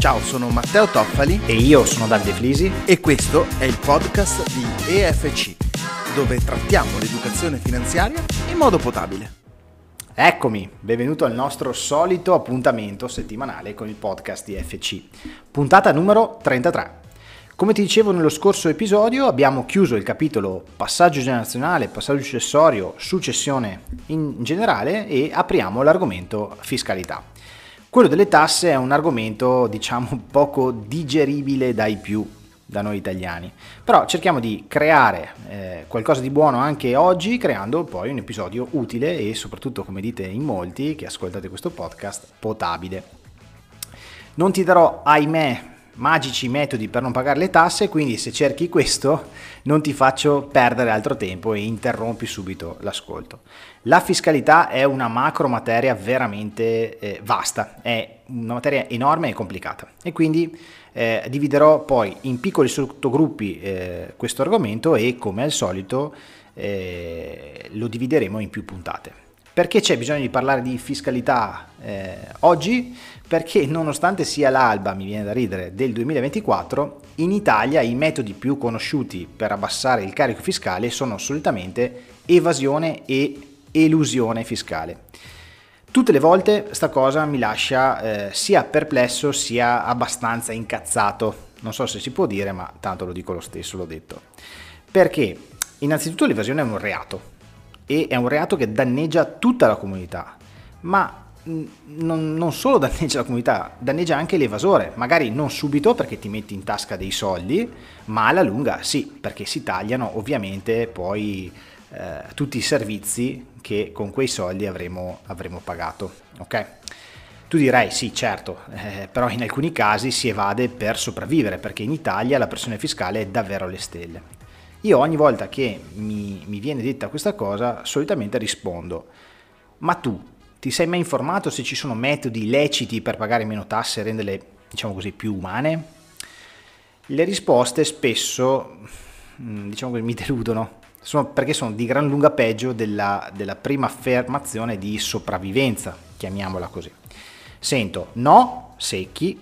Ciao, sono Matteo Toffali e io sono Davide Flisi e questo è il podcast di EFC, dove trattiamo l'educazione finanziaria in modo potabile. Eccomi, benvenuto al nostro solito appuntamento settimanale con il podcast di EFC, puntata numero 33. Come ti dicevo nello scorso episodio, abbiamo chiuso il capitolo passaggio generazionale, passaggio successorio, successione in generale e apriamo l'argomento fiscalità. Quello delle tasse è un argomento, diciamo, poco digeribile da noi italiani, però cerchiamo di creare qualcosa di buono anche oggi, creando poi un episodio utile e soprattutto, come dite in molti che ascoltate questo podcast, potabile. Non ti darò, ahimè, magici metodi per non pagare le tasse, quindi se cerchi questo non ti faccio perdere altro tempo e interrompi subito l'ascolto. La fiscalità è una macro materia veramente vasta, è una materia enorme e complicata e quindi dividerò poi in piccoli sottogruppi questo argomento e come al solito lo divideremo in più puntate. Perché c'è bisogno di parlare di fiscalità oggi? Perché nonostante sia l'alba, mi viene da ridere, del 2024, in Italia i metodi più conosciuti per abbassare il carico fiscale sono solitamente evasione e elusione fiscale. Tutte le volte sta cosa mi lascia sia perplesso sia abbastanza incazzato. Non so se si può dire, ma tanto lo dico lo stesso, l'ho detto. Perché innanzitutto l'evasione è un reato. E è un reato che danneggia tutta la comunità, ma non solo danneggia la comunità, danneggia anche l'evasore, magari non subito perché ti metti in tasca dei soldi, ma alla lunga sì, perché si tagliano ovviamente poi tutti i servizi che con quei soldi avremo pagato, ok? Tu direi sì, certo, però in alcuni casi si evade per sopravvivere, perché in Italia la pressione fiscale è davvero alle stelle. Io ogni volta che mi viene detta questa cosa solitamente rispondo: ma tu ti sei mai informato se ci sono metodi leciti per pagare meno tasse e renderle, diciamo così, più umane? Le risposte spesso, diciamo così, mi deludono, perché sono di gran lunga peggio della prima affermazione di sopravvivenza, chiamiamola così. Sento no, secchi,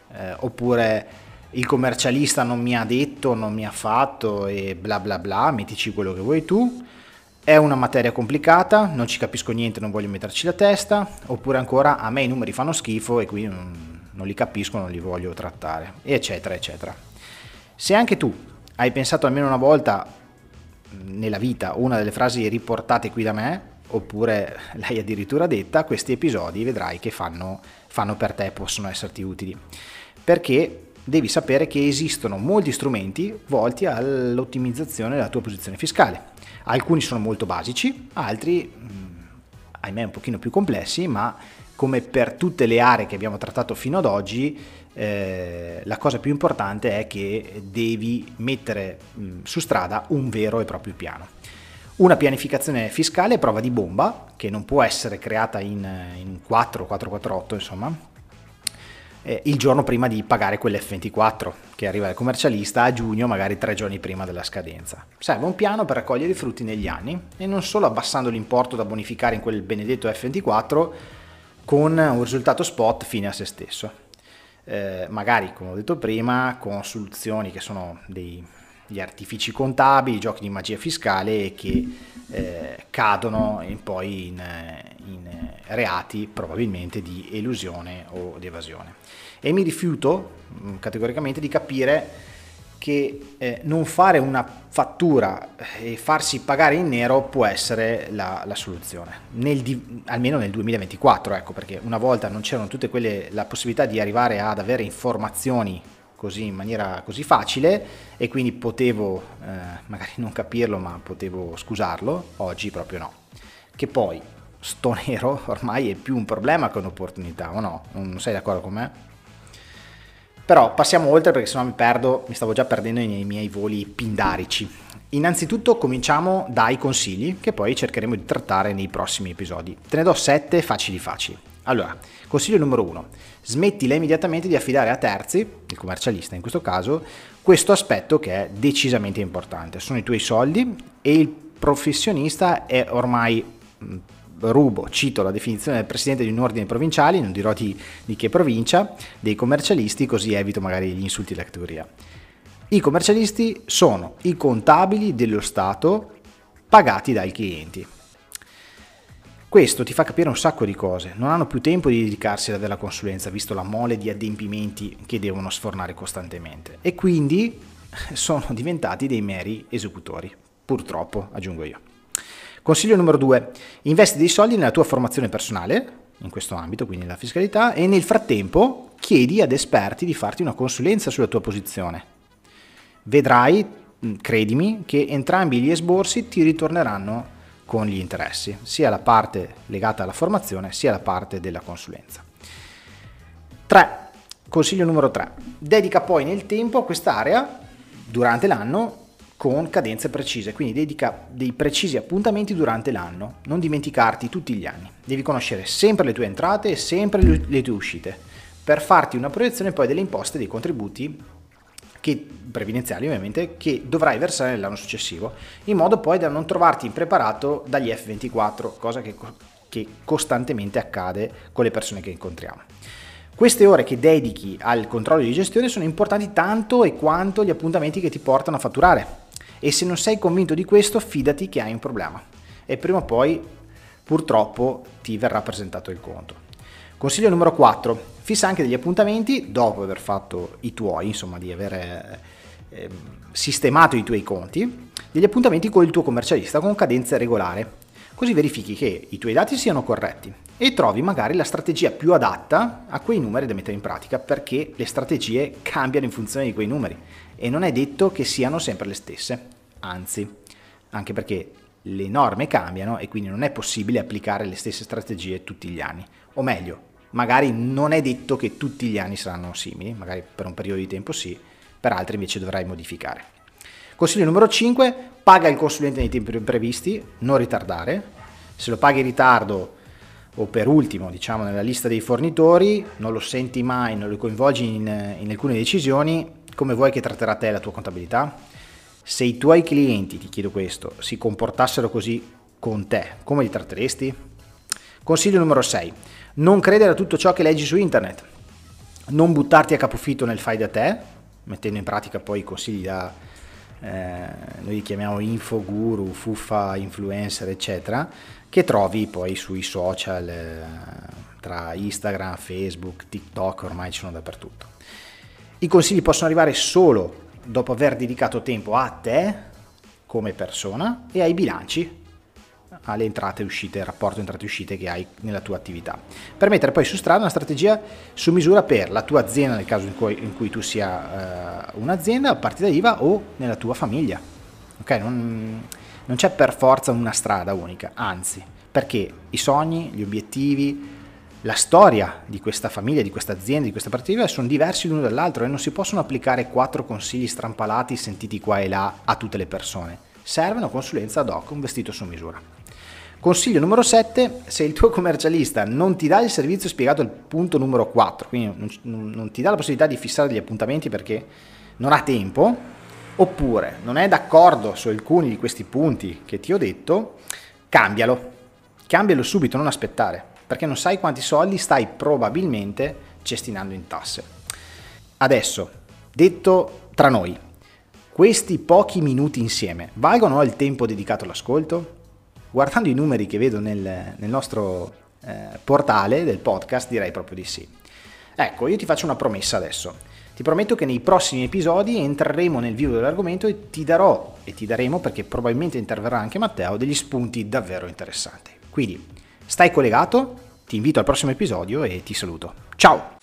oppure il commercialista non mi ha detto, non mi ha fatto e bla bla bla, mettici quello che vuoi tu, è una materia complicata, non ci capisco niente, non voglio metterci la testa, oppure ancora a me i numeri fanno schifo e quindi non li capisco, non li voglio trattare, eccetera eccetera. Se anche tu hai pensato almeno una volta nella vita una delle frasi riportate qui da me, oppure l'hai addirittura detta, questi episodi vedrai che fanno per te, possono esserti utili, perché devi sapere che esistono molti strumenti volti all'ottimizzazione della tua posizione fiscale. Alcuni sono molto basici, altri, ahimè, un pochino più complessi, ma come per tutte le aree che abbiamo trattato fino ad oggi, la cosa più importante è che devi mettere su strada un vero e proprio piano. Una pianificazione fiscale prova di bomba, che non può essere creata in 448, insomma, il giorno prima di pagare quell'F24 che arriva dal commercialista a giugno, magari 3 giorni prima della scadenza. Serve un piano per raccogliere i frutti negli anni e non solo abbassando l'importo da bonificare in quel benedetto F24 con un risultato spot fine a se stesso. Magari, come ho detto prima, con soluzioni che sono degli artifici contabili, giochi di magia fiscale e che cadono poi in reati probabilmente di elusione o di evasione. E mi rifiuto categoricamente di capire che non fare una fattura e farsi pagare in nero può essere la soluzione, almeno nel 2024, ecco, perché una volta non c'erano tutte la possibilità di arrivare ad avere informazioni così in maniera così facile e quindi potevo magari non capirlo, ma potevo scusarlo. Oggi proprio no, che poi sto nero ormai è più un problema che un'opportunità, o no? Non sei d'accordo con me? Però passiamo oltre, perché sennò mi stavo già perdendo nei miei voli pindarici. Innanzitutto cominciamo dai consigli che poi cercheremo di trattare nei prossimi episodi. Te ne do 7 facili. Allora, consiglio numero 1: smettila immediatamente di affidare a terzi, il commercialista in questo caso, questo aspetto che è decisamente importante. Sono i tuoi soldi e il professionista è ormai cito la definizione del presidente di un ordine provinciale, non dirò di che provincia, dei commercialisti, così evito magari gli insulti della categoria. I commercialisti sono i contabili dello Stato pagati dai clienti. Questo ti fa capire un sacco di cose, non hanno più tempo di dedicarsi alla consulenza, visto la mole di adempimenti che devono sfornare costantemente, e quindi sono diventati dei meri esecutori, purtroppo, aggiungo io. Consiglio numero 2, investi dei soldi nella tua formazione personale, in questo ambito, quindi nella fiscalità, e nel frattempo chiedi ad esperti di farti una consulenza sulla tua posizione. Vedrai, credimi, che entrambi gli esborsi ti ritorneranno con gli interessi, sia la parte legata alla formazione sia la parte della consulenza. 3. Consiglio numero 3. Dedica poi nel tempo a quest'area durante l'anno con cadenze precise, quindi dedica dei precisi appuntamenti durante l'anno, non dimenticarti tutti gli anni. Devi conoscere sempre le tue entrate e sempre le tue uscite per farti una proiezione poi delle imposte e dei contributi previdenziali ovviamente, che dovrai versare nell'anno successivo, in modo poi da non trovarti impreparato dagli F24, cosa che costantemente accade con le persone che incontriamo. Queste ore che dedichi al controllo di gestione sono importanti tanto e quanto gli appuntamenti che ti portano a fatturare, e se non sei convinto di questo, fidati che hai un problema e prima o poi purtroppo ti verrà presentato il conto. Consiglio numero 4, fissa anche degli appuntamenti dopo aver fatto i tuoi, insomma di aver sistemato i tuoi conti, degli appuntamenti con il tuo commercialista con cadenza regolare, così verifichi che i tuoi dati siano corretti e trovi magari la strategia più adatta a quei numeri da mettere in pratica, perché le strategie cambiano in funzione di quei numeri e non è detto che siano sempre le stesse, anzi, anche perché le norme cambiano e quindi non è possibile applicare le stesse strategie tutti gli anni, o meglio, magari non è detto che tutti gli anni saranno simili, magari per un periodo di tempo sì, per altri invece dovrai modificare. Consiglio numero 5, paga il consulente nei tempi previsti, non ritardare. Se lo paghi in ritardo o per ultimo, diciamo, nella lista dei fornitori, non lo senti mai, non lo coinvolgi in alcune decisioni, come vuoi che tratterà te la tua contabilità? Se i tuoi clienti, ti chiedo questo, si comportassero così con te, come li tratteresti? Consiglio numero 6. Non credere a tutto ciò che leggi su internet, non buttarti a capofitto nel fai da te, mettendo in pratica poi i consigli da, noi li chiamiamo infoguru, fuffa, influencer, eccetera, che trovi poi sui social, tra Instagram, Facebook, TikTok, ormai ci sono dappertutto. I consigli possono arrivare solo dopo aver dedicato tempo a te come persona e ai bilanci, alle entrate e uscite, il rapporto entrate e uscite che hai nella tua attività, per mettere poi su strada una strategia su misura per la tua azienda, nel caso in cui tu sia un'azienda a partita IVA, o nella tua famiglia. Ok, non c'è per forza una strada unica, anzi, perché i sogni, gli obiettivi, la storia di questa famiglia, di questa azienda, di questa partita IVA sono diversi l'uno dall'altro e non si possono applicare 4 consigli strampalati sentiti qua e là a tutte le persone. Serve una consulenza ad hoc, un vestito su misura. Consiglio numero 7, se il tuo commercialista non ti dà il servizio spiegato al punto numero 4, quindi non ti dà la possibilità di fissare degli appuntamenti perché non ha tempo, oppure non è d'accordo su alcuni di questi punti che ti ho detto, cambialo subito, non aspettare, perché non sai quanti soldi stai probabilmente cestinando in tasse. Adesso, detto tra noi, questi pochi minuti insieme valgono il tempo dedicato all'ascolto? Guardando i numeri che vedo nel nostro portale del podcast, direi proprio di sì. Ecco, io ti faccio una promessa adesso. Ti prometto che nei prossimi episodi entreremo nel vivo dell'argomento e ti daremo, perché probabilmente interverrà anche Matteo, degli spunti davvero interessanti. Quindi stai collegato, ti invito al prossimo episodio e ti saluto. Ciao!